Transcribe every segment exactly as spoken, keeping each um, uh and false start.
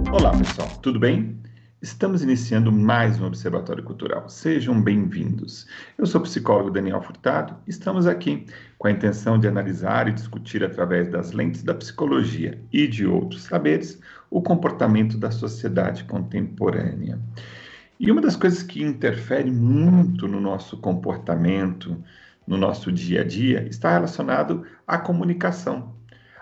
Olá, pessoal, tudo bem? Estamos iniciando mais um Observatório Cultural. Sejam bem-vindos. Eu sou o psicólogo Daniel Furtado e estamos aqui com a intenção de analisar e discutir através das lentes da psicologia e de outros saberes o comportamento da sociedade contemporânea. E uma das coisas que interfere muito no nosso comportamento, no nosso dia a dia, está relacionado à comunicação.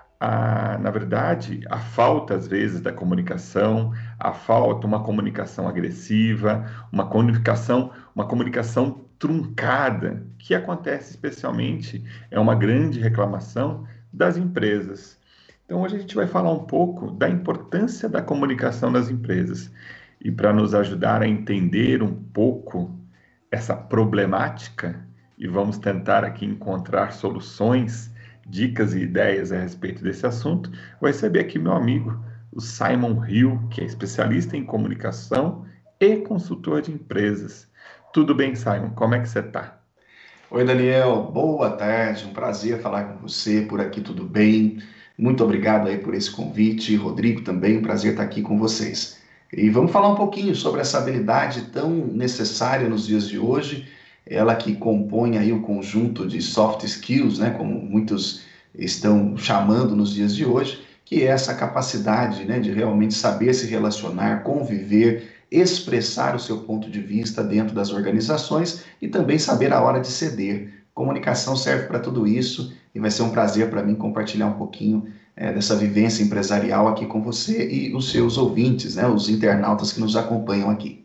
A, na verdade, a falta, às vezes, da comunicação, a falta, uma comunicação agressiva, uma comunicação, uma comunicação truncada, que acontece especialmente, é uma grande reclamação das empresas. Então, hoje a gente vai falar um pouco da importância da comunicação das empresas. E para nos ajudar a entender um pouco essa problemática, e vamos tentar aqui encontrar soluções, dicas e ideias a respeito desse assunto, vou receber aqui meu amigo, o Simon Hill, que é especialista em comunicação e consultor de empresas. Tudo bem, Simon? Como é que você está? Oi, Daniel, boa tarde, um prazer falar com você, por aqui tudo bem? Muito obrigado aí por esse convite, Rodrigo também, um prazer estar aqui com vocês. E vamos falar um pouquinho sobre essa habilidade tão necessária nos dias de hoje, ela que compõe aí o conjunto de soft skills, né, como muitos estão chamando nos dias de hoje, que é essa capacidade, né, de realmente saber se relacionar, conviver, expressar o seu ponto de vista dentro das organizações e também saber a hora de ceder. Comunicação serve para tudo isso e vai ser um prazer para mim compartilhar um pouquinho é, dessa vivência empresarial aqui com você e os seus ouvintes, né, os internautas que nos acompanham aqui.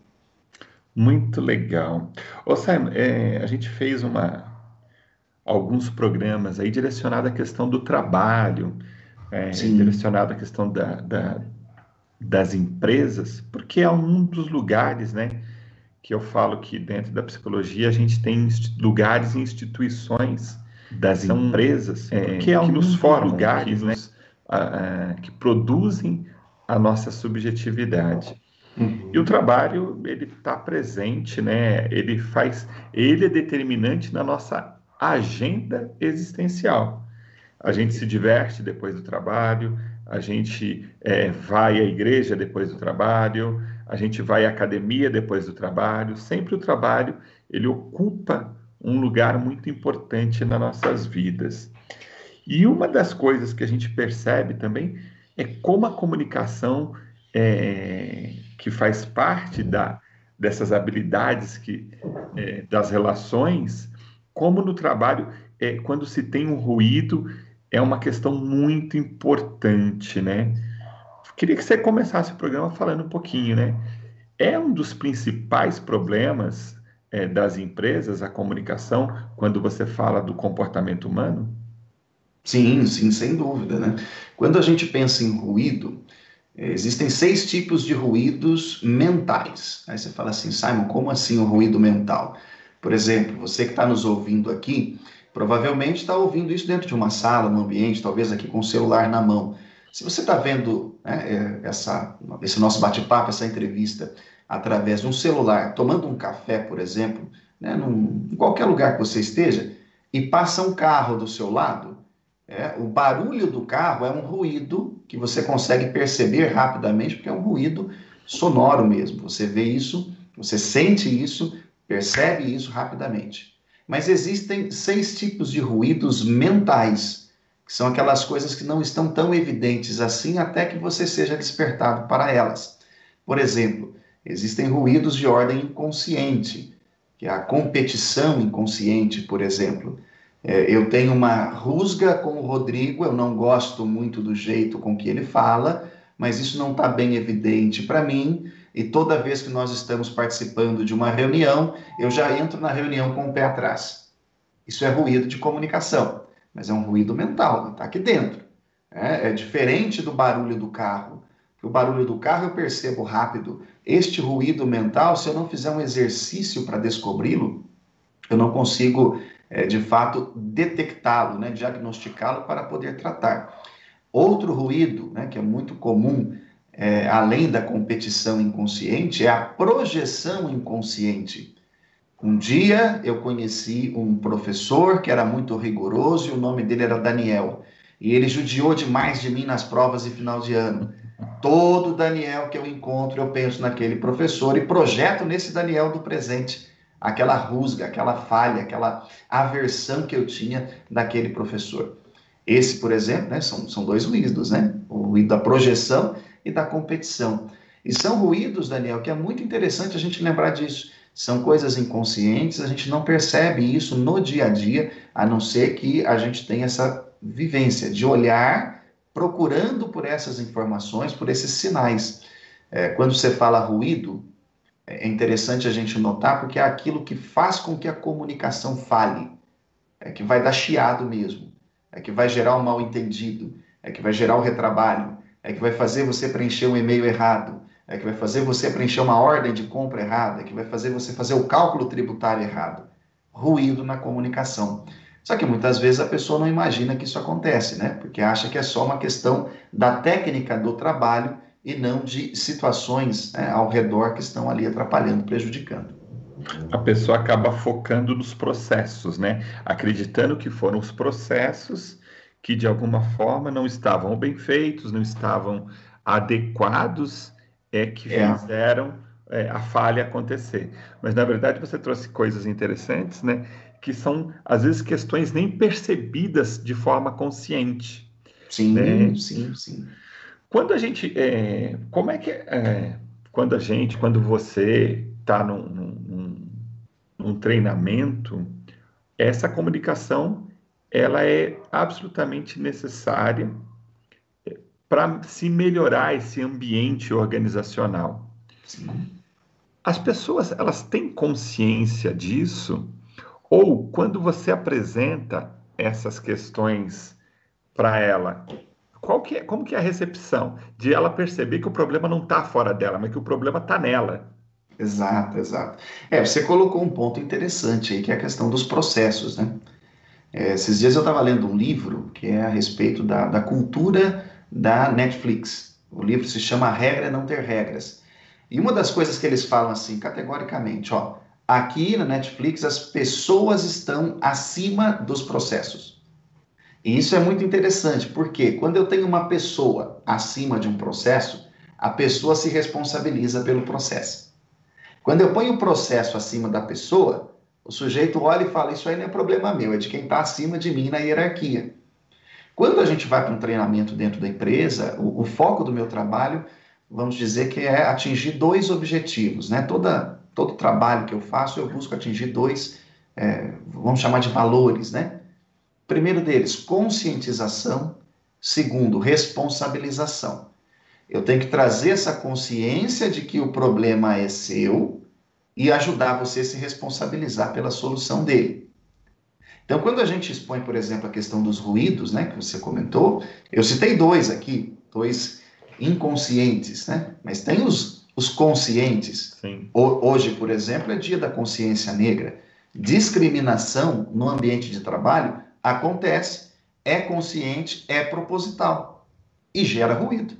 Muito legal. Ô, Simon, é, a gente fez uma, alguns programas aí direcionados à questão do trabalho, é, Sim, direcionado à questão da, da, das empresas, porque é um dos lugares, né, que eu falo que dentro da psicologia a gente tem lugares e instituições das empresas é, que, é um que nos formam, lugares, que, nos, né, a, a, que produzem a nossa subjetividade. E o uhum. trabalho, ele está presente, né? Ele faz, ele é determinante na nossa agenda existencial. A gente se diverte depois do trabalho, a gente é, vai à igreja depois do trabalho, a gente vai à academia depois do trabalho. Sempre o trabalho, ele ocupa um lugar muito importante nas nossas vidas. E uma das coisas que a gente percebe também é como a comunicação, é, que faz parte da, dessas habilidades que, é, das relações, como no trabalho, é, quando se tem um ruído, é uma questão muito importante, né? Queria que você começasse o programa falando um pouquinho, né? É um dos principais problemas, é, das empresas, a comunicação, quando você fala do comportamento humano? Sim, sim, sem dúvida, né? Quando a gente pensa em ruído, eh, existem seis tipos de ruídos mentais. Aí você fala assim, Simon, como assim o ruído mental? Por exemplo, você que está nos ouvindo aqui, provavelmente está ouvindo isso dentro de uma sala, num ambiente, talvez aqui com o celular na mão. Se você está vendo, né, eh, essa, esse nosso bate-papo, essa entrevista, através de um celular, tomando um café, por exemplo, né, num, em qualquer lugar que você esteja, e passa um carro do seu lado, é, o barulho do carro é um ruído que você consegue perceber rapidamente, porque é um ruído sonoro mesmo. Você vê isso, você sente isso, percebe isso rapidamente. Mas existem seis tipos de ruídos mentais, que são aquelas coisas que não estão tão evidentes assim até que você seja despertado para elas. Por exemplo, existem ruídos de ordem inconsciente, que é a competição inconsciente, por exemplo. É, eu tenho uma rusga com o Rodrigo, eu não gosto muito do jeito com que ele fala, mas isso não está bem evidente para mim. E toda vez que nós estamos participando de uma reunião, eu já entro na reunião com o pé atrás. Isso é ruído de comunicação, mas é um ruído mental, está aqui dentro. É, é diferente do barulho do carro. O barulho do carro eu percebo rápido. Este ruído mental, se eu não fizer um exercício para descobri-lo, eu não consigo, é, de fato, detectá-lo, né, diagnosticá-lo para poder tratar. Outro ruído, né, que é muito comum, é, além da competição inconsciente, é a projeção inconsciente. Um dia eu conheci um professor que era muito rigoroso e o nome dele era Daniel. E ele judiou demais de mim nas provas de final de ano. Todo Daniel que eu encontro, eu penso naquele professor e projeto nesse Daniel do presente aquela rusga, aquela falha, aquela aversão que eu tinha daquele professor. Esse, por exemplo, né, são, são dois ruídos, né? O ruído da projeção e da competição. E são ruídos, Daniel, que é muito interessante a gente lembrar disso. São coisas inconscientes, a gente não percebe isso no dia a dia, a não ser que a gente tenha essa vivência de olhar, procurando por essas informações, por esses sinais. É, quando você fala ruído, é interessante a gente notar, porque é aquilo que faz com que a comunicação falhe, é que vai dar chiado mesmo, é que vai gerar um mal-entendido, é que vai gerar o retrabalho, é que vai fazer você preencher um e-mail errado, é que vai fazer você preencher uma ordem de compra errada, é que vai fazer você fazer o cálculo tributário errado. Ruído na comunicação. Só que muitas vezes a pessoa não imagina que isso acontece, né? Porque acha que é só uma questão da técnica do trabalho e não de situações, né, ao redor que estão ali atrapalhando, prejudicando. A pessoa acaba focando nos processos, né? Acreditando que foram os processos que de alguma forma não estavam bem feitos, não estavam adequados, é que É, fizeram é, a falha acontecer. Mas na verdade você trouxe coisas interessantes, né? Que são às vezes questões nem percebidas de forma consciente, sim, né? sim, sim. Quando a gente, é, como é que é, quando a gente, quando você está num, num, num treinamento, essa comunicação ela é absolutamente necessária para se melhorar esse ambiente organizacional. Sim. As pessoas elas têm consciência disso ou quando você apresenta essas questões para ela, qual que é, como que é a recepção de ela perceber que o problema não está fora dela, mas que o problema está nela? Exato, exato. É, você colocou um ponto interessante aí, que é a questão dos processos, né? É, esses dias eu estava lendo um livro que é a respeito da, da cultura da Netflix. O livro se chama A Regra é Não Ter Regras. E uma das coisas que eles falam assim, categoricamente, ó, aqui na Netflix as pessoas estão acima dos processos. E isso é muito interessante, porque quando eu tenho uma pessoa acima de um processo, a pessoa se responsabiliza pelo processo. Quando eu ponho o processo acima da pessoa, o sujeito olha e fala: isso aí não é problema meu, é de quem está acima de mim na hierarquia. Quando a gente vai para um treinamento dentro da empresa, o, o foco do meu trabalho, vamos dizer que é atingir dois objetivos, né? Toda, todo trabalho que eu faço, eu busco atingir dois, é, vamos chamar de valores, né? Primeiro deles, conscientização. Segundo, responsabilização. Eu tenho que trazer essa consciência de que o problema é seu e ajudar você a se responsabilizar pela solução dele. Então, quando a gente expõe, por exemplo, a questão dos ruídos, né, que você comentou, eu citei dois aqui, dois inconscientes, né? Mas tem os, os conscientes. Sim. Hoje, por exemplo, é dia da consciência negra. Discriminação no ambiente de trabalho acontece, é consciente, é proposital e gera ruído.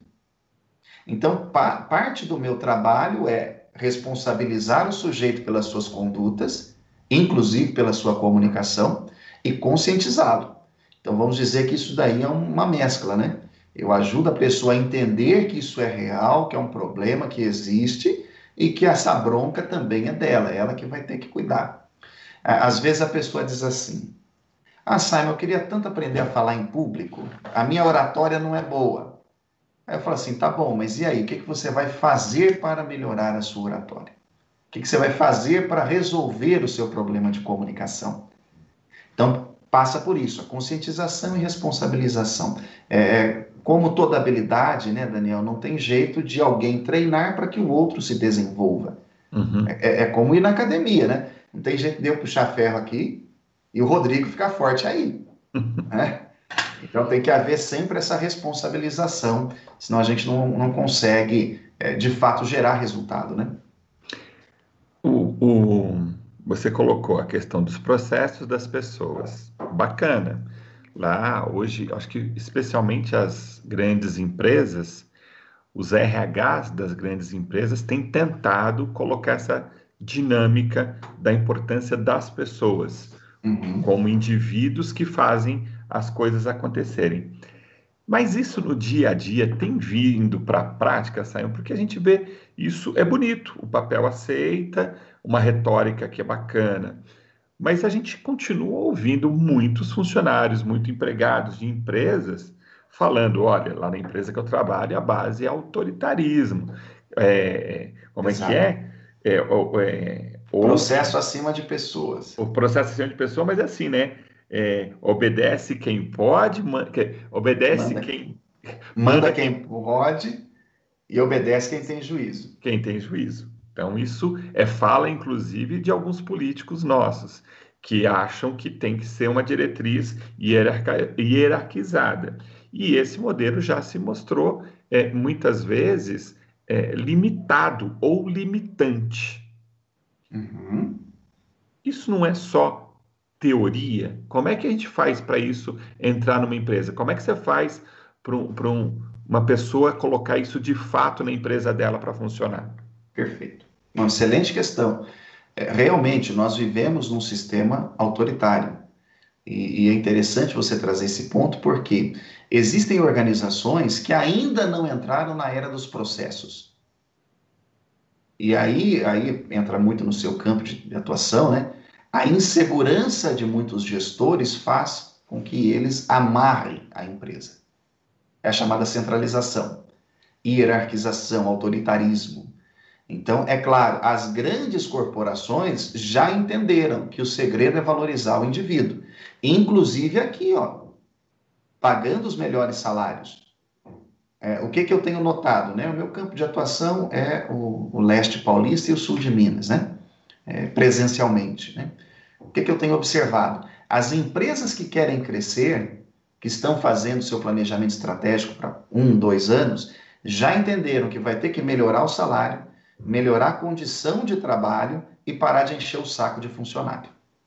Então, pa parte do meu trabalho é responsabilizar o sujeito pelas suas condutas, inclusive pela sua comunicação, e conscientizá-lo. Então, vamos dizer que isso daí é uma mescla, né? Eu ajudo a pessoa a entender que isso é real, que é um problema que existe e que essa bronca também é dela, é ela que vai ter que cuidar. Às vezes a pessoa diz assim: ah, Simon, eu queria tanto aprender a falar em público, a minha oratória não é boa. Aí eu falo assim: tá bom, mas e aí? O que você vai fazer para melhorar a sua oratória? O que você vai fazer para resolver o seu problema de comunicação? Então, passa por isso, a conscientização e responsabilização. É, como toda habilidade, né, Daniel, não tem jeito de alguém treinar para que o outro se desenvolva. Uhum. É, é como ir na academia, né? Não tem jeito de eu puxar ferro aqui e o Rodrigo ficar forte aí, né? Então tem que haver sempre essa responsabilização, senão a gente não, não consegue, é, de fato, gerar resultado, né? O, o, você colocou a questão dos processos das pessoas. Bacana. Lá, hoje, acho que especialmente as grandes empresas, os R Hs das grandes empresas têm tentado colocar essa dinâmica da importância das pessoas Uhum. como indivíduos que fazem as coisas acontecerem. Mas isso no dia a dia tem vindo para a prática, Sayão, porque a gente vê isso é bonito, o papel aceita, uma retórica que é bacana, mas a gente continua ouvindo muitos funcionários, muitos empregados de empresas falando, olha, lá na empresa que eu trabalho, a base é autoritarismo. É, como é que Exato. é? É, o- é, Processo ouve acima de pessoas. o processo de pessoa, mas é assim, né? É, obedece quem pode, man- que- obedece Manda, quem manda manda quem quem, pode e obedece quem tem juízo. quem tem juízo. Então, isso é fala, inclusive, de alguns políticos nossos, que acham que tem que ser uma diretriz hierarca- hierarquizada. E esse modelo já se mostrou, é, muitas vezes, é, limitado ou limitante. Uhum. Isso não é só teoria. Como é que a gente faz para isso entrar numa empresa? Como é que você faz para um, para um, uma pessoa colocar isso de fato na empresa dela para funcionar? Perfeito. Uma excelente questão. É, realmente, nós vivemos num sistema autoritário. E, e é interessante você trazer esse ponto, porque existem organizações que ainda não entraram na era dos processos. E aí, aí entra muito no seu campo de, de atuação, né? A insegurança de muitos gestores faz com que eles amarrem a empresa. É a chamada centralização, hierarquização, autoritarismo. Então, é claro, as grandes corporações já entenderam que o segredo é valorizar o indivíduo. Inclusive aqui, ó, pagando os melhores salários. É, o que, que eu tenho notado? Né? O meu campo de atuação é o, o leste paulista e o sul de Minas, né? É, presencialmente. Né? O que, que eu tenho observado? As empresas que querem crescer, que estão fazendo seu planejamento estratégico para um, dois anos, já entenderam que vai ter que melhorar o salário, melhorar a condição de trabalho e parar de encher o saco de funcionário.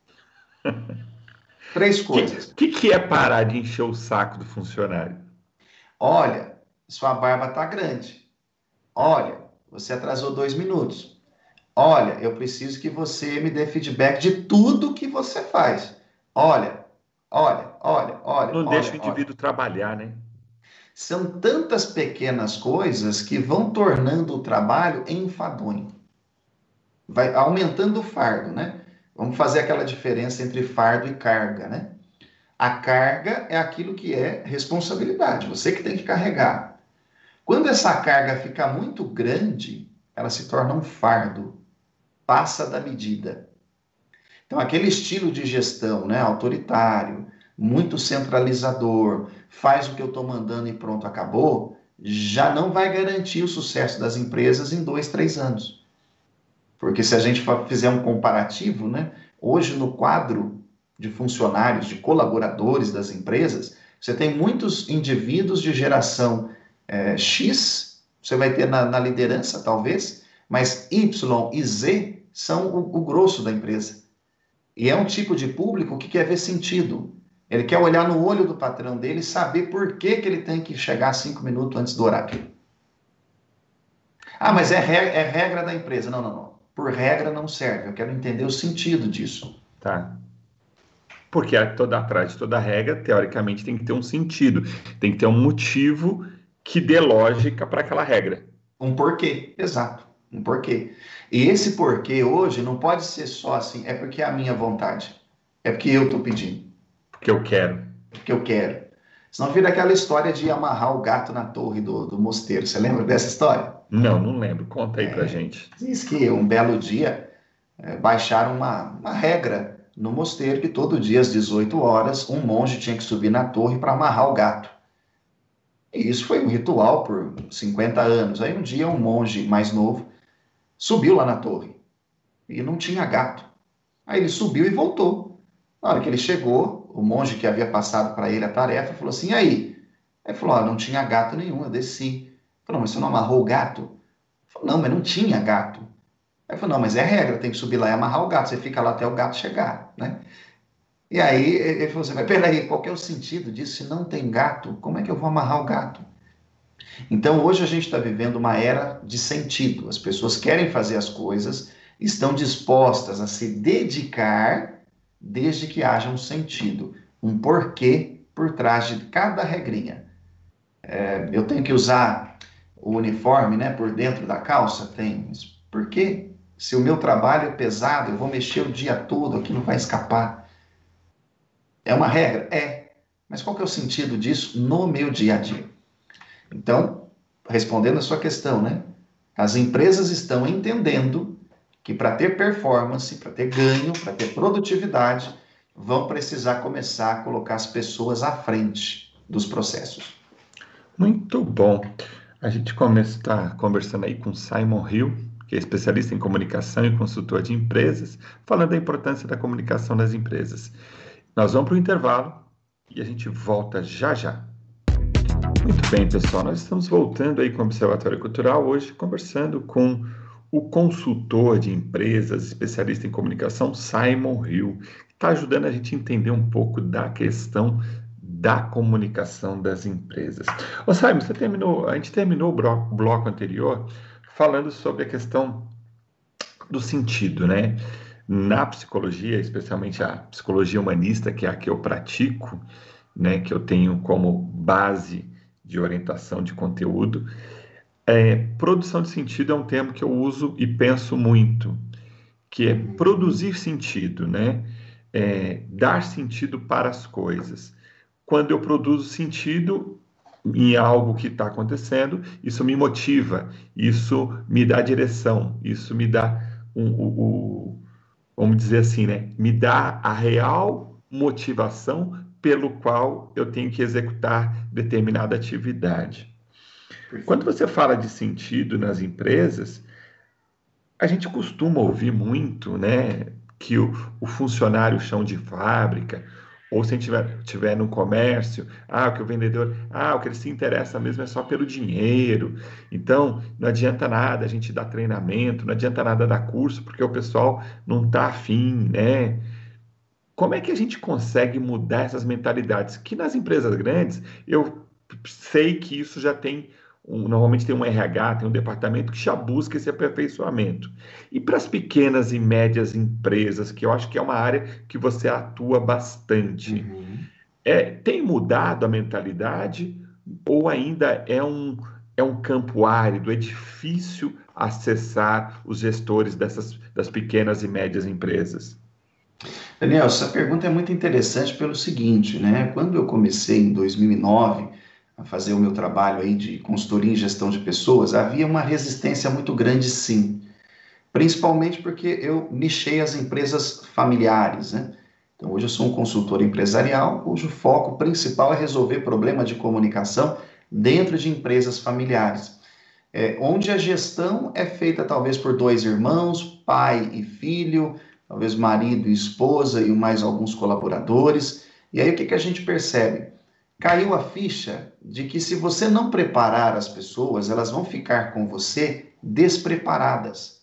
Três O que, coisas. que, que é parar de encher o saco do funcionário? Olha, sua barba está grande. Olha, você atrasou dois minutos. Olha, eu preciso que você me dê feedback de tudo que você faz. Olha, olha, olha, olha, Não deixa o olha, olha. indivíduo trabalhar, né? São tantas pequenas coisas que vão tornando o trabalho enfadonho. Vai aumentando o fardo, né? Vamos fazer aquela diferença entre fardo e carga, né? A carga é aquilo que é responsabilidade, você que tem que carregar. Quando essa carga fica muito grande, ela se torna um fardo, passa da medida. Então, aquele estilo de gestão, né, autoritário, muito centralizador, faz o que eu estou mandando e pronto, acabou, já não vai garantir o sucesso das empresas em dois, três anos. Porque se a gente fizer um comparativo, né, hoje no quadro de funcionários, de colaboradores das empresas, você tem muitos indivíduos de geração é, X, você vai ter na, na liderança, talvez, mas Y e Z são o, o grosso da empresa. E é um tipo de público que quer ver sentido. Ele quer olhar no olho do patrão dele e saber por que, que ele tem que chegar cinco minutos antes do horário. Ah, mas é regra, é regra da empresa. Não, não, não. Por regra não serve. Eu quero entender o sentido disso. Tá. Porque toda, atrás de toda regra, teoricamente, tem que ter um sentido, tem que ter um motivo que dê lógica para aquela regra. Um porquê, exato. Um porquê. E esse porquê hoje não pode ser só assim, é porque é a minha vontade. É porque eu estou pedindo. Porque eu quero. É porque eu quero. Senão vira aquela história de amarrar o gato na torre do, do mosteiro. Você lembra dessa história? Não, não lembro. Conta aí pra gente. Diz que um belo dia é, baixaram uma, uma regra no mosteiro que todo dia às dezoito horas um monge tinha que subir na torre para amarrar o gato. E isso foi um ritual por cinquenta anos. Aí um dia um monge mais novo subiu lá na torre e não tinha gato. Aí ele subiu e voltou. Na hora que ele chegou, o monge que havia passado para ele a tarefa falou assim: e aí? Aí ele falou: ah, não tinha gato nenhum, eu desci. Ele falou: mas você não amarrou o gato? Ele falou: não, mas não tinha gato. Aí ele falou: não, mas é regra, tem que subir lá e amarrar o gato, você fica lá até o gato chegar, né? E aí ele falou assim: mas peraí, qual que é o sentido disso? Se não tem gato, como é que eu vou amarrar o gato? Então hoje a gente está vivendo uma era de sentido. As pessoas querem fazer as coisas, estão dispostas a se dedicar desde que haja um sentido, um porquê por trás de cada regrinha. Eu tenho que usar o uniforme, né, por dentro da calça? Tem. Mas por quê? Se o meu trabalho é pesado, eu vou mexer o dia todo, aquilo vai escapar. É uma regra? É. Mas qual que é o sentido disso no meu dia a dia? Então, respondendo a sua questão, né? As empresas estão entendendo que para ter performance, para ter ganho, para ter produtividade, vão precisar começar a colocar as pessoas à frente dos processos. Muito bom. A gente começa está conversando aí com Simon Hill, que é especialista em comunicação e consultor de empresas, falando da importância da comunicação nas empresas. Nós vamos para o intervalo e a gente volta já já. Muito bem, pessoal, nós estamos voltando aí com o Observatório Cultural hoje, conversando com o consultor de empresas, especialista em comunicação, Simon Hill, que está ajudando a gente a entender um pouco da questão da comunicação das empresas. Ô Simon, você terminou, a gente terminou o bloco anterior falando sobre a questão do sentido, né? Na psicologia, especialmente a psicologia humanista, que é a que eu pratico, né, que eu tenho como base de orientação de conteúdo, é, produção de sentido é um termo que eu uso e penso muito, que é produzir sentido, né? É, dar sentido para as coisas. Quando eu produzo sentido em algo que está acontecendo, isso me motiva, isso me dá direção, isso me dá um, um, um, vamos dizer assim, né? Me dá a real motivação pelo qual eu tenho que executar determinada atividade. Quando você fala de sentido nas empresas, a gente costuma ouvir muito, né, que o, o funcionário chão de fábrica, ou se a gente tiver, tiver no comércio, ah, o que o vendedor, ah, o que ele se interessa mesmo é só pelo dinheiro. Então, não adianta nada a gente dar treinamento, não adianta nada dar curso, porque o pessoal não está afim, né? Como é que a gente consegue mudar essas mentalidades? Que nas empresas grandes, eu sei que isso já tem, um, normalmente tem um R H, tem um departamento que já busca esse aperfeiçoamento. E para as pequenas e médias empresas, que eu acho que é uma área que você atua bastante, Uhum. é, tem mudado a mentalidade ou ainda é um, é um campo árido, é difícil acessar os gestores dessas, das pequenas e médias empresas? Daniel, essa pergunta é muito interessante pelo seguinte, né? Quando eu comecei em dois mil e nove a fazer o meu trabalho aí de consultoria em gestão de pessoas, havia uma resistência muito grande, sim. Principalmente porque eu nichei as empresas familiares, né? Então, hoje eu sou um consultor empresarial cujo foco principal é resolver problema de comunicação dentro de empresas familiares, é, onde a gestão é feita talvez por dois irmãos, pai e filho, talvez marido e esposa e mais alguns colaboradores. E aí o que, que a gente percebe? Caiu a ficha de que se você não preparar as pessoas, elas vão ficar com você despreparadas.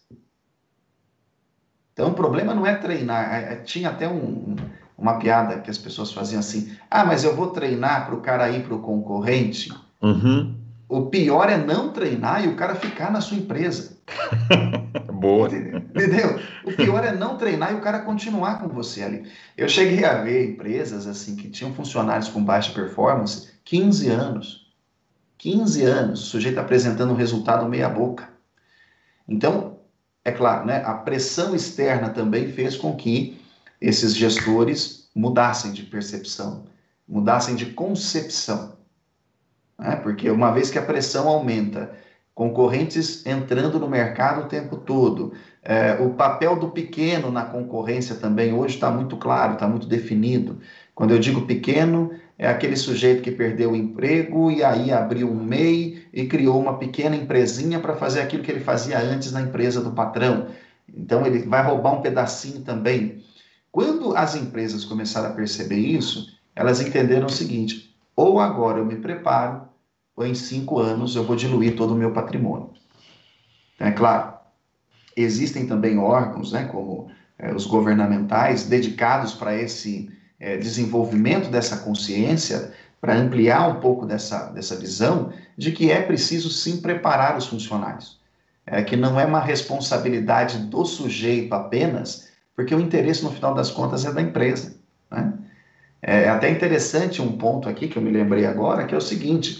Então o problema não é treinar. Tinha até um, uma piada que as pessoas faziam assim: ah, mas eu vou treinar para o cara ir para o concorrente. Uhum. O pior é não treinar e o cara ficar na sua empresa. Boa. Entendeu? O pior é não treinar e o cara continuar com você ali. Eu cheguei a ver empresas assim que tinham funcionários com baixa performance, quinze anos. quinze anos, o sujeito apresentando um resultado meia boca. Então, é claro, né, a pressão externa também fez com que esses gestores mudassem de percepção, mudassem de concepção. Né? Porque uma vez que a pressão aumenta, concorrentes entrando no mercado o tempo todo, é, o papel do pequeno na concorrência também hoje está muito claro, está muito definido. Quando eu digo pequeno, é aquele sujeito que perdeu o emprego e aí abriu um M E I e criou uma pequena empresinha para fazer aquilo que ele fazia antes na empresa do patrão. Então ele vai roubar um pedacinho também. Quando as empresas começaram a perceber isso, elas entenderam o seguinte: ou agora eu me preparo, ou em cinco anos eu vou diluir todo o meu patrimônio. Então, é claro, existem também órgãos, né, como é, os governamentais, dedicados para esse é, desenvolvimento dessa consciência, para ampliar um pouco dessa, dessa visão de que é preciso sim preparar os funcionários. É, que não é uma responsabilidade do sujeito apenas, porque o interesse, no final das contas, é da empresa. Né? É até interessante um ponto aqui que eu me lembrei agora, que é o seguinte: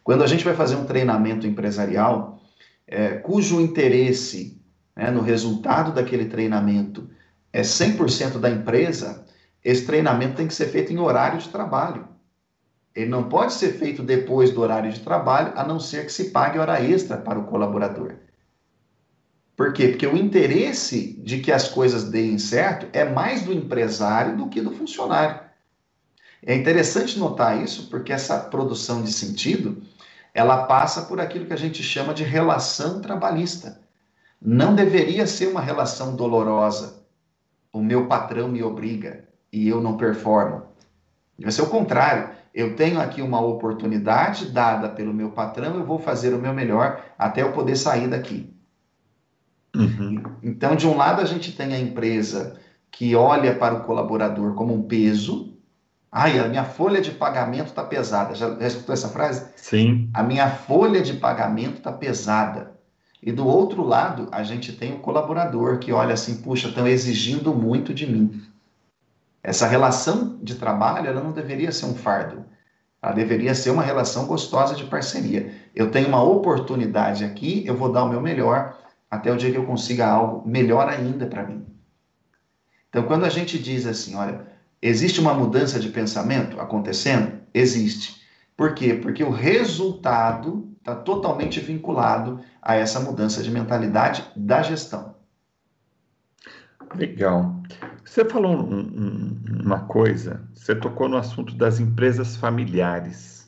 Quando a gente vai fazer um treinamento empresarial, é, cujo interesse, né, no resultado daquele treinamento é cem por cento da empresa, esse treinamento tem que ser feito em horário de trabalho. Ele não pode ser feito depois do horário de trabalho, a não ser que se pague hora extra para o colaborador. Por quê? Porque o interesse de que as coisas deem certo é mais do empresário do que do funcionário. É interessante notar isso, porque essa produção de sentido, ela passa por aquilo que a gente chama de relação trabalhista. Não deveria ser uma relação dolorosa. O meu patrão me obriga e eu não performo. Deve ser o contrário. Eu tenho aqui uma oportunidade dada pelo meu patrão, eu vou fazer o meu melhor até eu poder sair daqui. Uhum. Então, de um lado, a gente tem a empresa que olha para o colaborador como um peso. Ai, a minha folha de pagamento está pesada. Já, já escutou essa frase? Sim. A minha folha de pagamento está pesada. E do outro lado, a gente tem o colaborador que olha assim, puxa, estão exigindo muito de mim. Essa relação de trabalho, ela não deveria ser um fardo. Ela deveria ser uma relação gostosa de parceria. Eu tenho uma oportunidade aqui, eu vou dar o meu melhor até o dia que eu consiga algo melhor ainda para mim. Então, quando a gente diz assim, olha, existe uma mudança de pensamento acontecendo? Existe. Por quê? Porque o resultado está totalmente vinculado a essa mudança de mentalidade da gestão. Legal. Você falou um- um- uma coisa, você tocou no assunto das empresas familiares.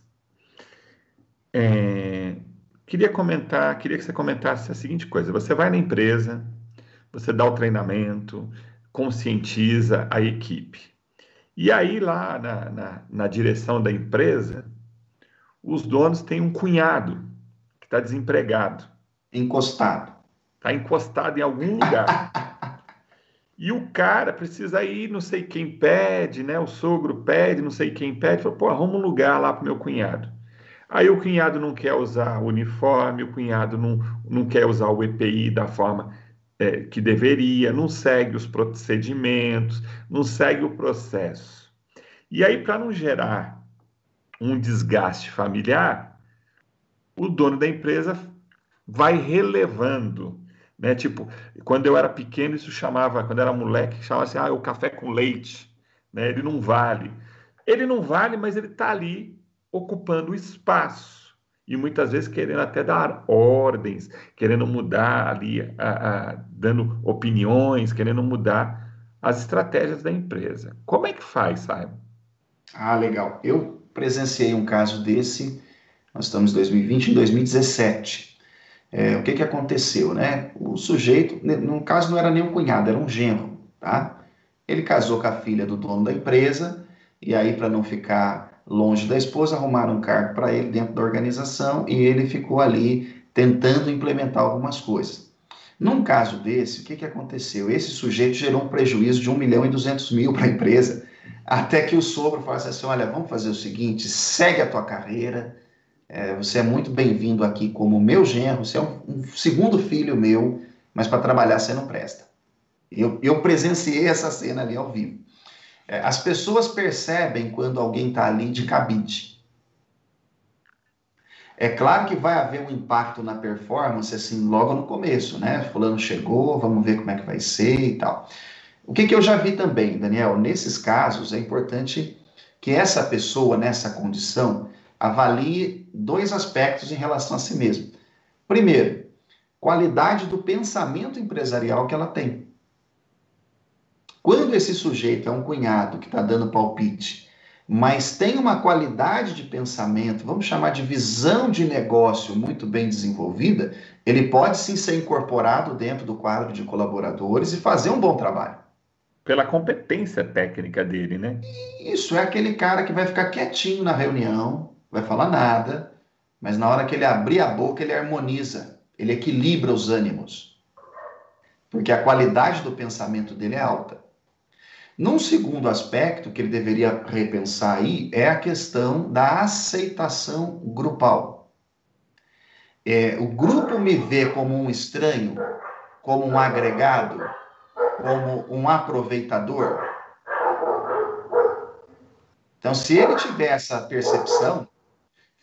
É, queria comentar, queria que você comentasse a seguinte coisa: você vai na empresa, você dá o treinamento, conscientiza a equipe. E aí, lá na, na, na direção da empresa, os donos têm um cunhado que está desempregado, Encostado. está encostado em algum lugar. E o cara precisa ir, não sei quem pede, né? O sogro pede, não sei quem pede. Fala, pô, arruma um lugar lá pro meu cunhado. Aí o cunhado não quer usar o uniforme, o cunhado não, não quer usar o E P I da forma é, que deveria, não segue os procedimentos, não segue o processo. E aí, para não gerar um desgaste familiar, o dono da empresa vai relevando, né? Tipo, quando eu era pequeno, isso chamava, quando eu era moleque, chamava assim, ah, o café com leite, né? Ele não vale. Ele não vale, mas ele está ali ocupando espaço e muitas vezes querendo até dar ordens, querendo mudar ali, a, a, dando opiniões, querendo mudar as estratégias da empresa. Como é que faz, Simon? Ah, legal. Eu presenciei um caso desse, nós estamos em dois mil e vinte, em dois mil e dezessete. É, o que que aconteceu, né? O sujeito, no caso não era nem um cunhado, era um genro, tá? Ele casou com a filha do dono da empresa, e aí, para não ficar longe da esposa, arrumaram um cargo para ele dentro da organização e ele ficou ali tentando implementar algumas coisas. Num caso desse, o que que aconteceu? Esse sujeito gerou um prejuízo de um milhão e duzentos mil para a empresa, até que o sogro falasse assim, olha, vamos fazer o seguinte, segue a tua carreira, é, você é muito bem-vindo aqui como meu genro, você é um, um segundo filho meu, mas para trabalhar você não presta. Eu, eu presenciei essa cena ali ao vivo. É, as pessoas percebem quando alguém está ali de cabide. É claro que vai haver um impacto na performance, assim, logo no começo, né? Fulano chegou, vamos ver como é que vai ser e tal. O que, que eu já vi também, Daniel? Nesses casos, é importante que essa pessoa, nessa condição, avalie dois aspectos em relação a si mesmo. Primeiro, qualidade do pensamento empresarial que ela tem. Quando esse sujeito é um cunhado que está dando palpite, mas tem uma qualidade de pensamento, vamos chamar de visão de negócio muito bem desenvolvida, ele pode sim ser incorporado dentro do quadro de colaboradores e fazer um bom trabalho. Pela competência técnica dele, né? Isso é aquele cara que vai ficar quietinho na reunião, vai falar nada, mas na hora que ele abrir a boca, ele harmoniza, ele equilibra os ânimos, porque a qualidade do pensamento dele é alta. Num segundo aspecto que ele deveria repensar aí é a questão da aceitação grupal. É, o grupo me vê como um estranho, como um agregado, como um aproveitador. Então, se ele tiver essa percepção,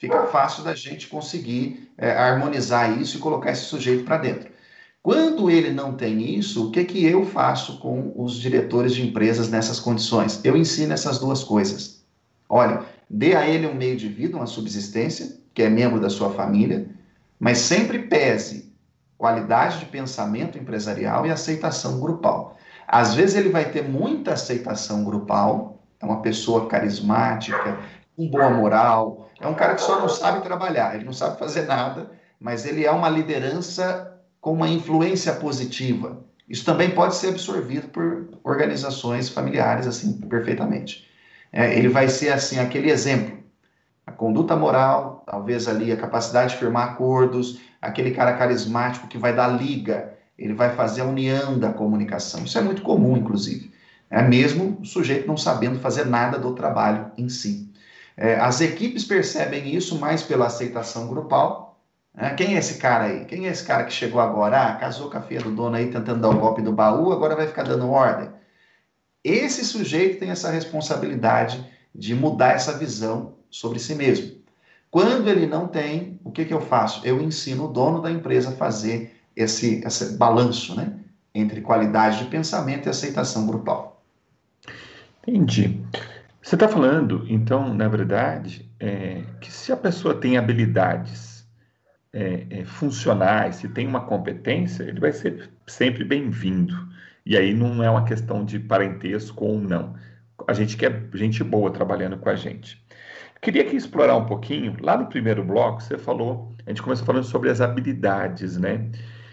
fica fácil da gente conseguir é, harmonizar isso e colocar esse sujeito para dentro. Quando ele não tem isso, o que, que eu faço com os diretores de empresas nessas condições? Eu ensino essas duas coisas. Olha, dê a ele um meio de vida, uma subsistência, que é membro da sua família, mas sempre pese qualidade de pensamento empresarial e aceitação grupal. Às vezes ele vai ter muita aceitação grupal, é uma pessoa carismática, com boa moral, é um cara que só não sabe trabalhar, ele não sabe fazer nada, mas ele é uma liderança com uma influência positiva. Isso também pode ser absorvido por organizações familiares, assim, perfeitamente. É, ele vai ser, assim, aquele exemplo. A conduta moral, talvez ali a capacidade de firmar acordos, aquele cara carismático que vai dar liga, ele vai fazer a união da comunicação. Isso é muito comum, inclusive. É mesmo o sujeito não sabendo fazer nada do trabalho em si. É, as equipes percebem isso mais pela aceitação grupal. Quem é esse cara aí? Quem é esse cara que chegou agora? Ah, casou com a filha do dono aí, tentando dar o golpe do baú, agora vai ficar dando ordem. Esse sujeito tem essa responsabilidade de mudar essa visão sobre si mesmo. Quando ele não tem, o que, que eu faço? Eu ensino o dono da empresa a fazer esse, esse balanço, né, entre qualidade de pensamento e aceitação grupal. Entendi. Você está falando, então, na verdade, é, que se a pessoa tem habilidades É, é, funcionais, se tem uma competência, ele vai ser sempre bem-vindo. E aí não é uma questão de parentesco ou não. A gente quer gente boa trabalhando com a gente. Queria aqui explorar um pouquinho, lá no primeiro bloco você falou, a gente começou falando sobre as habilidades, né?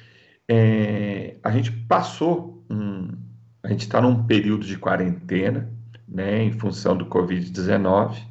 É, a gente passou, um, a gente está num período de quarentena, né, em função do covid dezenove,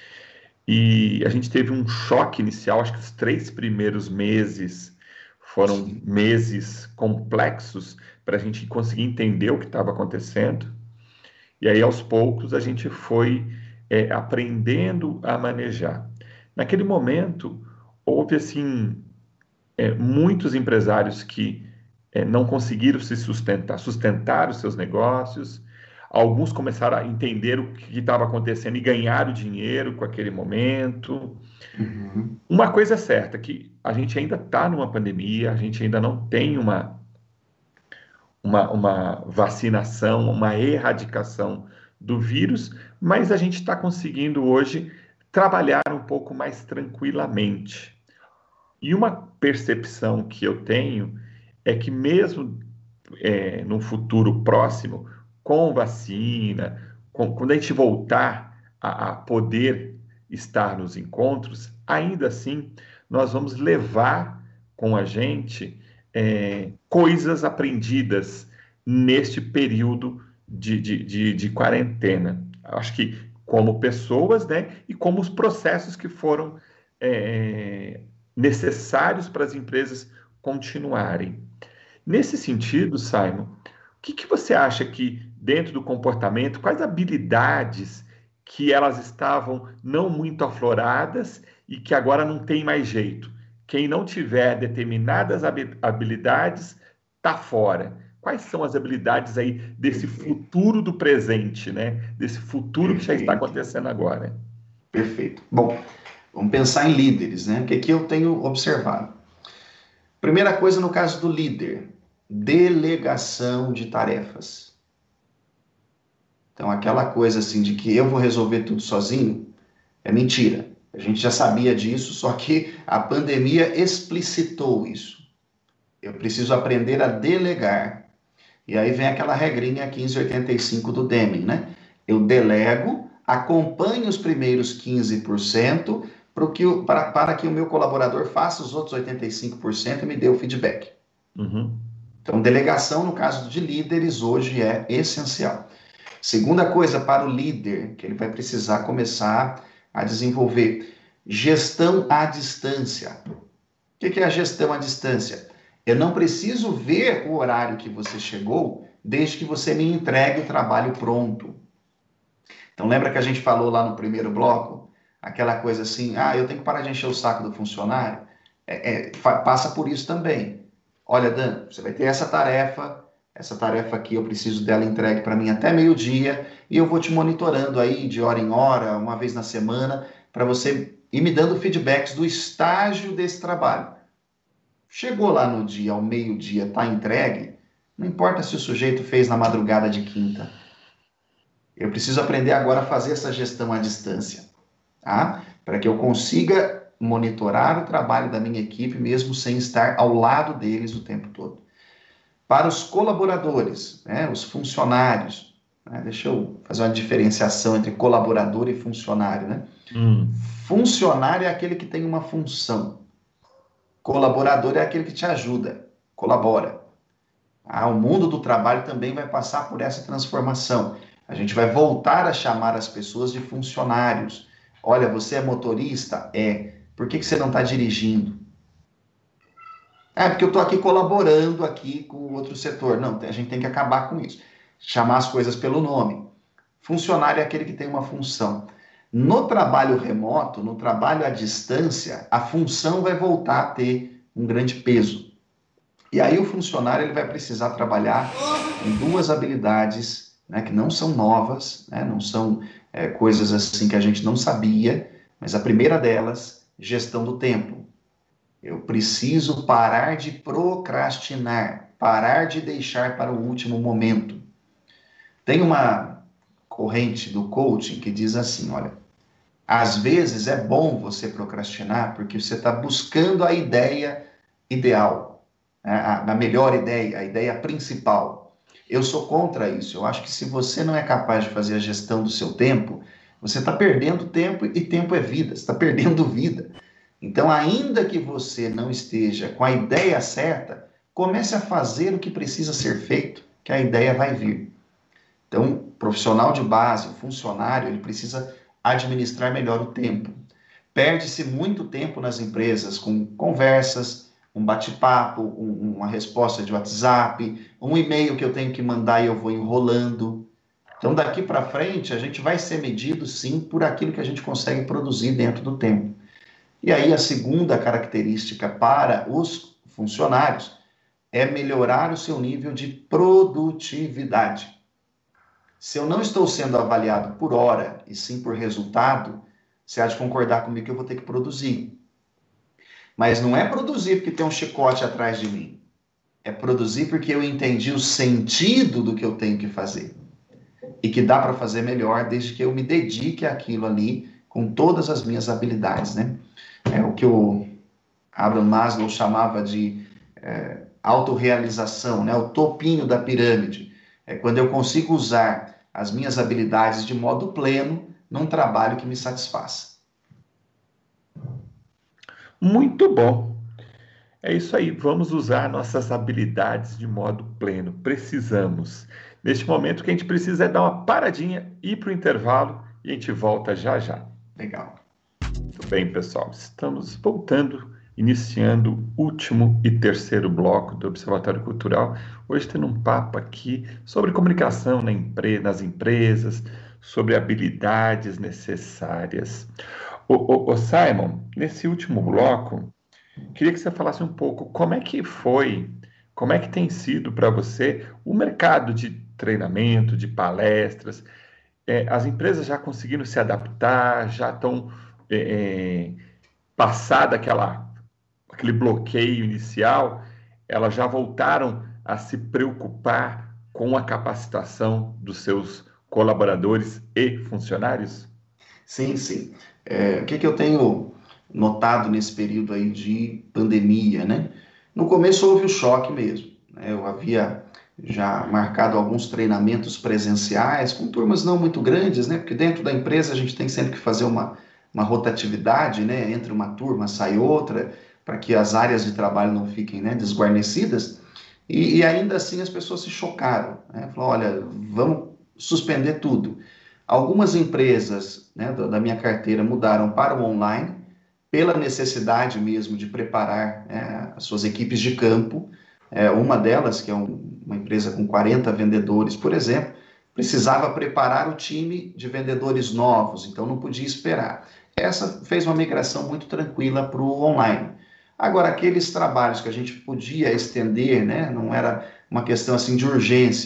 e a gente teve um choque inicial, acho que os três primeiros meses foram Sim. meses complexos para a gente conseguir entender o que estava acontecendo. E aí, aos poucos, a gente foi é, aprendendo a manejar. Naquele momento, houve, assim, é, muitos empresários que é, não conseguiram se sustentar, sustentar os seus negócios. Alguns começaram a entender o que estava acontecendo e ganharam dinheiro com aquele momento. Uhum. Uma coisa é certa, que a gente ainda está numa pandemia, a gente ainda não tem uma, uma, uma vacinação, uma erradicação do vírus, mas a gente está conseguindo hoje trabalhar um pouco mais tranquilamente. E uma percepção que eu tenho é que mesmo é, no futuro próximo, com vacina, com, quando a gente voltar a, a poder estar nos encontros, ainda assim nós vamos levar com a gente é, coisas aprendidas neste período de, de, de, de quarentena. Acho que como pessoas, né, e como os processos que foram é, necessários para as empresas continuarem. Nesse sentido, Simon, o que, que você acha que, dentro do comportamento, quais habilidades que elas estavam não muito afloradas e que agora não tem mais jeito? Quem não tiver determinadas habilidades está fora. Quais são as habilidades aí desse Perfeito. futuro do presente, né? Desse futuro que já está Perfeito. acontecendo agora? Perfeito. Bom, vamos pensar em líderes, né? O que, que eu tenho observado? Primeira coisa no caso do líder, delegação de tarefas. Então, aquela coisa assim de que eu vou resolver tudo sozinho, é mentira. A gente já sabia disso, só que a pandemia explicitou isso. Eu preciso aprender a delegar. E aí vem aquela regrinha quinze oitenta e cinco do Deming, né? Eu delego, acompanho os primeiros quinze por cento para que, o, para, para que o meu colaborador faça os outros oitenta e cinco por cento e me dê o feedback. Uhum. Então, delegação, no caso de líderes, hoje é essencial. Segunda coisa para o líder, que ele vai precisar começar a desenvolver, gestão à distância. O que é a gestão à distância? Eu não preciso ver o horário que você chegou, desde que você me entregue o trabalho pronto. Então, lembra que a gente falou lá no primeiro bloco? Aquela coisa assim, ah, eu tenho que parar de encher o saco do funcionário? É, é, passa por isso também. Olha, Dan, você vai ter essa tarefa, essa tarefa aqui eu preciso dela entregue para mim até meio-dia, e eu vou te monitorando aí de hora em hora, uma vez na semana, para você e me dando feedbacks do estágio desse trabalho. Chegou lá no dia, ao meio-dia, está entregue, não importa se o sujeito fez na madrugada de quinta. Eu preciso aprender agora a fazer essa gestão à distância, tá? Para que eu consiga monitorar o trabalho da minha equipe, mesmo sem estar ao lado deles o tempo todo. Para os colaboradores, né, os funcionários, né, deixa eu fazer uma diferenciação entre colaborador e funcionário. Né? Hum. Funcionário é aquele que tem uma função. Colaborador é aquele que te ajuda, colabora. Ah, o mundo do trabalho também vai passar por essa transformação. A gente vai voltar a chamar as pessoas de funcionários. Olha, você é motorista? É. Por que que você não está dirigindo? É, porque eu estou aqui colaborando aqui com o outro setor. Não, a gente tem que acabar com isso. Chamar as coisas pelo nome. Funcionário é aquele que tem uma função. No trabalho remoto, no trabalho à distância, a função vai voltar a ter um grande peso. E aí o funcionário ele vai precisar trabalhar em duas habilidades, né, que não são novas, né, não são é, coisas assim que a gente não sabia, mas a primeira delas, gestão do tempo. Eu preciso parar de procrastinar, parar de deixar para o último momento. Tem uma corrente do coaching que diz assim, olha, às vezes é bom você procrastinar porque você está buscando a ideia ideal, a, a melhor ideia, a ideia principal. Eu sou contra isso. Eu acho que se você não é capaz de fazer a gestão do seu tempo, você está perdendo tempo e tempo é vida, você está perdendo vida. Então, ainda que você não esteja com a ideia certa, comece a fazer o que precisa ser feito, que a ideia vai vir. Então, o profissional de base, o funcionário, ele precisa administrar melhor o tempo. Perde-se muito tempo nas empresas com conversas, um bate-papo, um, uma resposta de WhatsApp, um e-mail que eu tenho que mandar e eu vou enrolando. Então, daqui para frente, a gente vai ser medido, sim, por aquilo que a gente consegue produzir dentro do tempo. E aí, a segunda característica para os funcionários é melhorar o seu nível de produtividade. Se eu não estou sendo avaliado por hora, e sim por resultado, você há de concordar comigo que eu vou ter que produzir. Mas não é produzir porque tem um chicote atrás de mim. É produzir porque eu entendi o sentido do que eu tenho que fazer. E que dá para fazer melhor desde que eu me dedique àquilo ali com todas as minhas habilidades, né? É o que o Abraham Maslow chamava de é, autorrealização, né? O topinho da pirâmide. É quando eu consigo usar as minhas habilidades de modo pleno num trabalho que me satisfaça. Muito bom. É isso aí, vamos usar nossas habilidades de modo pleno. Precisamos. Neste momento, o que a gente precisa é dar uma paradinha, ir para o intervalo e a gente volta já já. Legal. Muito bem, pessoal. Estamos voltando, iniciando o último e terceiro bloco do Observatório Cultural. Hoje tendo um papo aqui sobre comunicação na empre- nas empresas, sobre habilidades necessárias. Ô, ô, ô, Simon, nesse último bloco, queria que você falasse um pouco como é que foi, como é que tem sido para você o mercado de treinamento, de palestras. É, as empresas já conseguiram se adaptar, já estão é, é, passada aquela, aquele bloqueio inicial, elas já voltaram a se preocupar com a capacitação dos seus colaboradores e funcionários? Sim, sim. É, o que, que eu tenho notado nesse período aí de pandemia, né? No começo houve o choque mesmo, né? Eu havia já marcado alguns treinamentos presenciais com turmas não muito grandes, né? Porque dentro da empresa a gente tem sempre que fazer uma, uma rotatividade, né? Entre uma turma, sai outra, para que as áreas de trabalho não fiquem, né, desguarnecidas. E, e ainda assim as pessoas se chocaram, né? Falaram, olha, vamos suspender tudo. Algumas empresas, né, da minha carteira mudaram para o online, pela necessidade mesmo de preparar, né, as suas equipes de campo. É, uma delas, que é um, uma empresa com quarenta vendedores, por exemplo, precisava preparar o time de vendedores novos, então não podia esperar. Essa fez uma migração muito tranquila para o online. Agora, aqueles trabalhos que a gente podia estender, né, não era uma questão assim de urgência,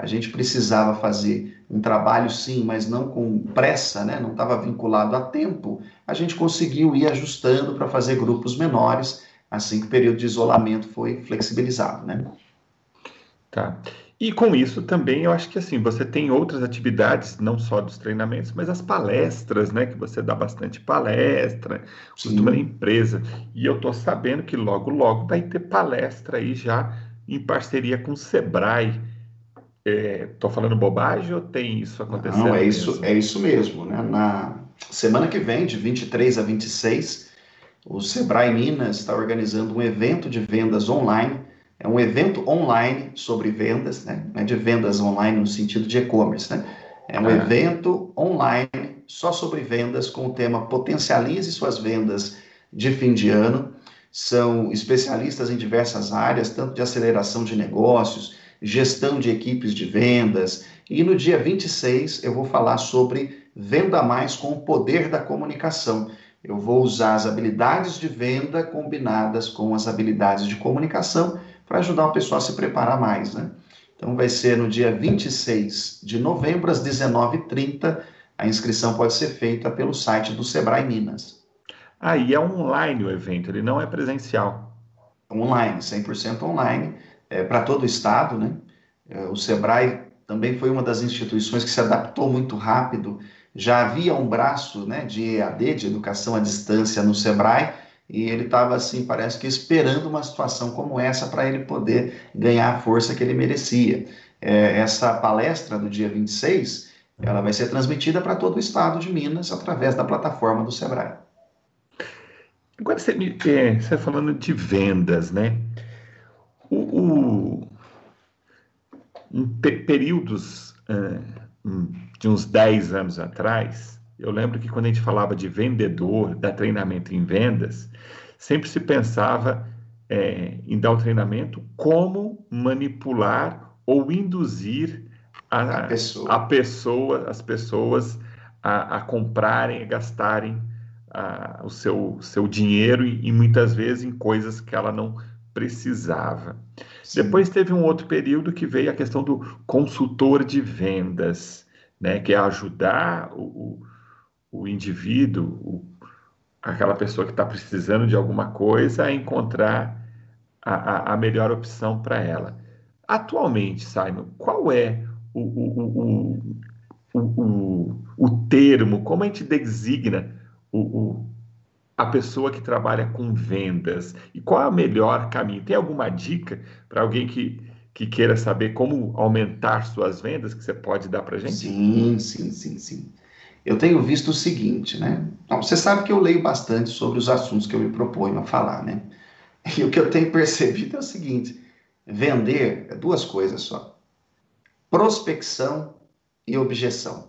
a gente precisava fazer um trabalho sim, mas não com pressa, né? Não estava vinculado a tempo, a gente conseguiu ir ajustando para fazer grupos menores, assim que o período de isolamento foi flexibilizado, né? Tá. E com isso também eu acho que assim, você tem outras atividades, não só dos treinamentos, mas as palestras, né? Que você dá bastante palestra, costuma na Sim. empresa. E eu tô sabendo que logo, logo vai ter palestra aí já em parceria com o Sebrae. É, tô falando bobagem ou tem isso Não, acontecendo é isso, mesmo? é isso mesmo, né? Na semana que vem, de vinte e três a vinte e seis, o Sebrae Minas está organizando um evento de vendas online. É um evento online sobre vendas, né? Não é de vendas online no sentido de e-commerce, né? É um Ah, evento online só sobre vendas com o tema Potencialize suas vendas de fim de ano. São especialistas em diversas áreas, tanto de aceleração de negócios, gestão de equipes de vendas. E no dia vinte e seis eu vou falar sobre Venda Mais com o Poder da Comunicação. Eu vou usar as habilidades de venda combinadas com as habilidades de comunicação para ajudar o pessoal a se preparar mais, né? Então vai ser no dia vinte e seis de novembro, às dezenove e trinta. A inscrição pode ser feita pelo site do Sebrae Minas. aí é online o evento, ele não é presencial. Online, cem por cento online, é, para todo o estado, né? É, o Sebrae também foi uma das instituições que se adaptou muito rápido. Já havia um braço, né, de E A D, de educação à distância, no Sebrae, e ele estava, assim, parece que esperando uma situação como essa para ele poder ganhar a força que ele merecia. É, essa palestra do dia vinte e seis, ela vai ser transmitida para todo o estado de Minas através da plataforma do Sebrae. Agora você me, é, você falando de vendas, né? O, o- em pe- períodos ah, hum, de uns dez anos atrás, eu lembro que quando a gente falava de vendedor, dar treinamento em vendas, sempre se pensava é, em dar o treinamento como manipular ou induzir A a, a pessoa. pessoa, as pessoas a, a comprarem, a gastarem a, o seu, seu dinheiro e, e muitas vezes em coisas que ela não precisava. Depois Sim. teve um outro período que veio a questão do consultor de vendas, né, que é ajudar o, o, o indivíduo, o, aquela pessoa que está precisando de alguma coisa, a encontrar a, a, a melhor opção para ela. Atualmente, Simon, qual é o, o, o, o, o, o termo, como a gente designa o, o, a pessoa que trabalha com vendas e qual é o melhor caminho? Tem alguma dica para alguém que, que queira saber como aumentar suas vendas que você pode dar para a gente? Sim, sim, sim, sim. Eu tenho visto o seguinte, né? Bom, você sabe que eu leio bastante sobre os assuntos que eu me proponho a falar, né? E o que eu tenho percebido é o seguinte: vender é duas coisas só: prospecção e objeção.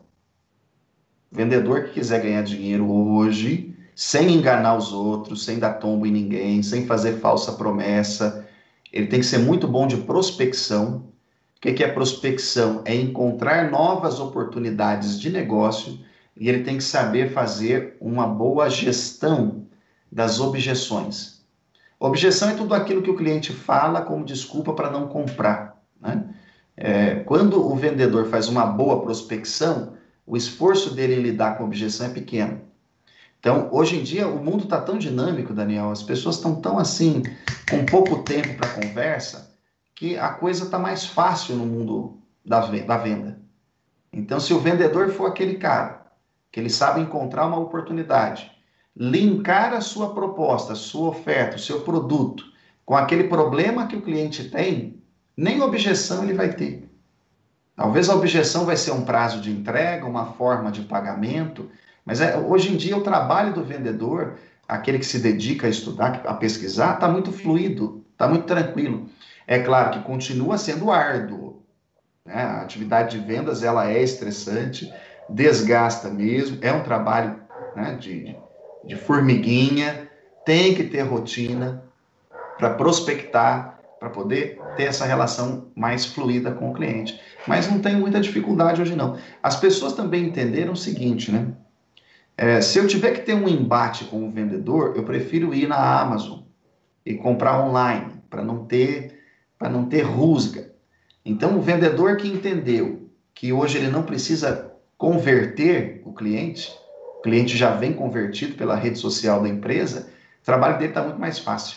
O vendedor que quiser ganhar dinheiro hoje, sem enganar os outros, sem dar tombo em ninguém, sem fazer falsa promessa, ele tem que ser muito bom de prospecção. O que é prospecção? É encontrar novas oportunidades de negócio e ele tem que saber fazer uma boa gestão das objeções. Objeção é tudo aquilo que o cliente fala como desculpa para não comprar, né? É, quando o vendedor faz uma boa prospecção, o esforço dele em lidar com a objeção é pequeno. Então, hoje em dia, o mundo está tão dinâmico, Daniel, as pessoas estão tão assim, com pouco tempo para conversa, que a coisa está mais fácil no mundo da venda. Então, se o vendedor for aquele cara, que ele sabe encontrar uma oportunidade, linkar a sua proposta, a sua oferta, o seu produto, com aquele problema que o cliente tem, nem objeção ele vai ter. Talvez a objeção vai ser um prazo de entrega, uma forma de pagamento, mas é, hoje em dia o trabalho do vendedor, aquele que se dedica a estudar, a pesquisar, está muito fluido, está muito tranquilo. É claro que continua sendo árduo, né? A atividade de vendas ela é estressante, desgasta mesmo, é um trabalho, né, de, de formiguinha, tem que ter rotina para prospectar, para poder ter essa relação mais fluida com o cliente. Mas não tem muita dificuldade hoje não. As pessoas também entenderam o seguinte, né? É, se eu tiver que ter um embate com o vendedor, eu prefiro ir na Amazon e comprar online, para não ter, para não ter rusga. Então, o vendedor que entendeu que hoje ele não precisa converter o cliente, o cliente já vem convertido pela rede social da empresa, o trabalho dele está muito mais fácil.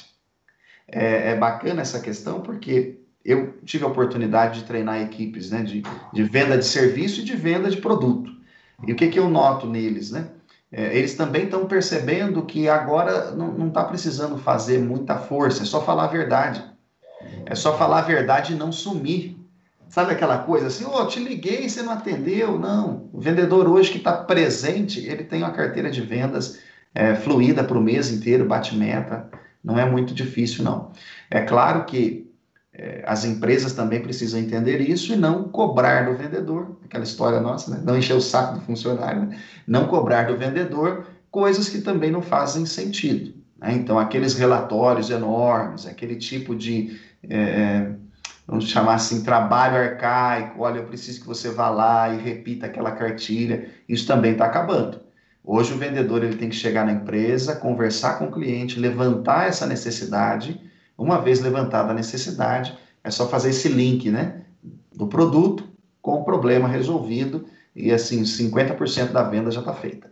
É, é bacana essa questão porque eu tive a oportunidade de treinar equipes, né, de, de venda de serviço e de venda de produto. E o que, que eu noto neles, né? É, eles também estão percebendo que agora não está precisando fazer muita força, é só falar a verdade. É só falar a verdade e não sumir. Sabe aquela coisa assim, ô, oh, te liguei e você não atendeu? Não. O vendedor hoje que está presente, ele tem uma carteira de vendas é, fluida para o mês inteiro, bate meta. Não é muito difícil, não. É claro que é, as empresas também precisam entender isso e não cobrar do vendedor, aquela história nossa, né? Não encher o saco do funcionário, né? Não cobrar do vendedor coisas que também não fazem sentido. Né? Então, aqueles relatórios enormes, aquele tipo de... É, vamos chamar assim, trabalho arcaico, olha, eu preciso que você vá lá e repita aquela cartilha, isso também está acabando. Hoje o vendedor ele tem que chegar na empresa, conversar com o cliente, levantar essa necessidade, uma vez levantada a necessidade, é só fazer esse link, né, do produto com o problema resolvido e assim, cinquenta por cento da venda já está feita.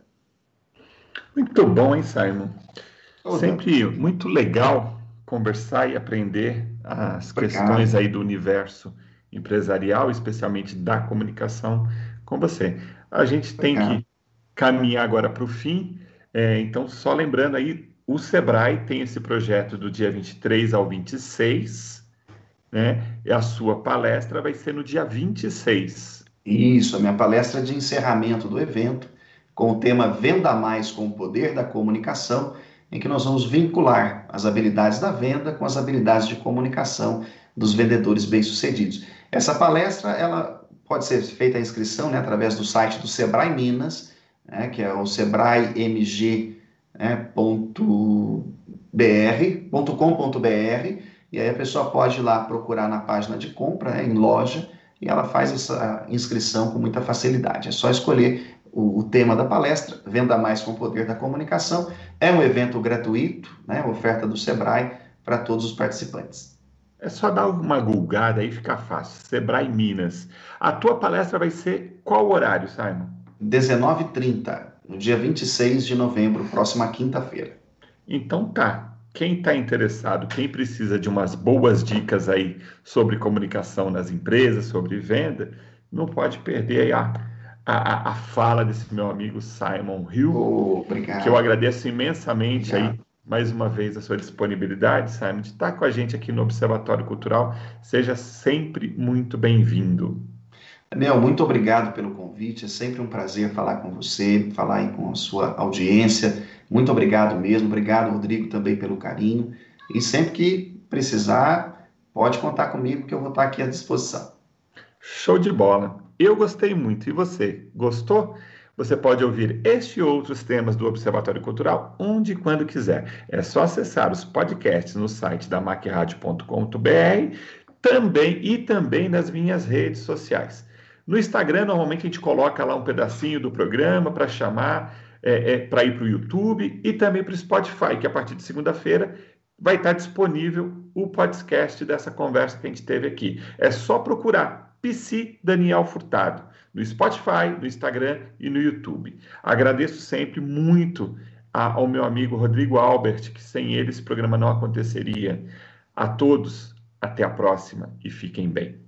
Muito bom, hein, Simon? Ô, Dan, Sempre muito legal conversar e aprender as questões obrigado. aí do universo empresarial, especialmente da comunicação, com você. A gente tem Obrigado. que caminhar agora para o fim, é, então só lembrando aí, o Sebrae tem esse projeto do dia vinte e três ao vinte e seis, né? E a sua palestra vai ser no dia vinte e seis. Isso, a minha palestra de encerramento do evento, com o tema Venda Mais com o Poder da Comunicação, em que nós vamos vincular as habilidades da venda com as habilidades de comunicação dos vendedores bem-sucedidos. Essa palestra, ela pode ser feita a inscrição, né, através do site do Sebrae Minas, né, que é o sebrae m g ponto b r ponto com ponto b r, e aí a pessoa pode ir lá procurar na página de compra, né, em loja, e ela faz essa inscrição com muita facilidade. É só escolher o, o tema da palestra, Venda Mais com o Poder da Comunicação. É um evento gratuito, né, oferta do Sebrae para todos os participantes. É só dar uma gulgada aí, fica fácil. Sebrae Minas. A tua palestra vai ser qual horário, Simon? dezenove e trinta, no dia vinte e seis de novembro, próxima quinta-feira. Então tá. Quem está interessado, quem precisa de umas boas dicas aí sobre comunicação nas empresas, sobre venda, não pode perder aí a, a, a fala desse meu amigo Simon Hill, Oh, que eu obrigado, agradeço imensamente aí, obrigado. mais uma vez, a sua disponibilidade, Simon, de estar com a gente aqui no Observatório Cultural. Seja sempre muito bem-vindo. Daniel, muito obrigado pelo convite. É sempre um prazer falar com você, falar aí com a sua audiência. Muito obrigado mesmo. Obrigado, Rodrigo, também pelo carinho. E sempre que precisar, pode contar comigo que eu vou estar aqui à disposição. Show de bola. Eu gostei muito. E você, gostou? Você pode ouvir este e outros temas do Observatório Cultural onde e quando quiser. É só acessar os podcasts no site da mac radio ponto com ponto b r também e também nas minhas redes sociais. No Instagram, normalmente a gente coloca lá um pedacinho do programa para chamar, é, é, para ir para o YouTube e também para o Spotify, que a partir de segunda-feira vai estar disponível o podcast dessa conversa que a gente teve aqui. É só procurar P C Daniel Furtado no Spotify, no Instagram e no YouTube. Agradeço sempre muito ao meu amigo Rodrigo Albert, que sem ele esse programa não aconteceria. A todos, até a próxima e fiquem bem.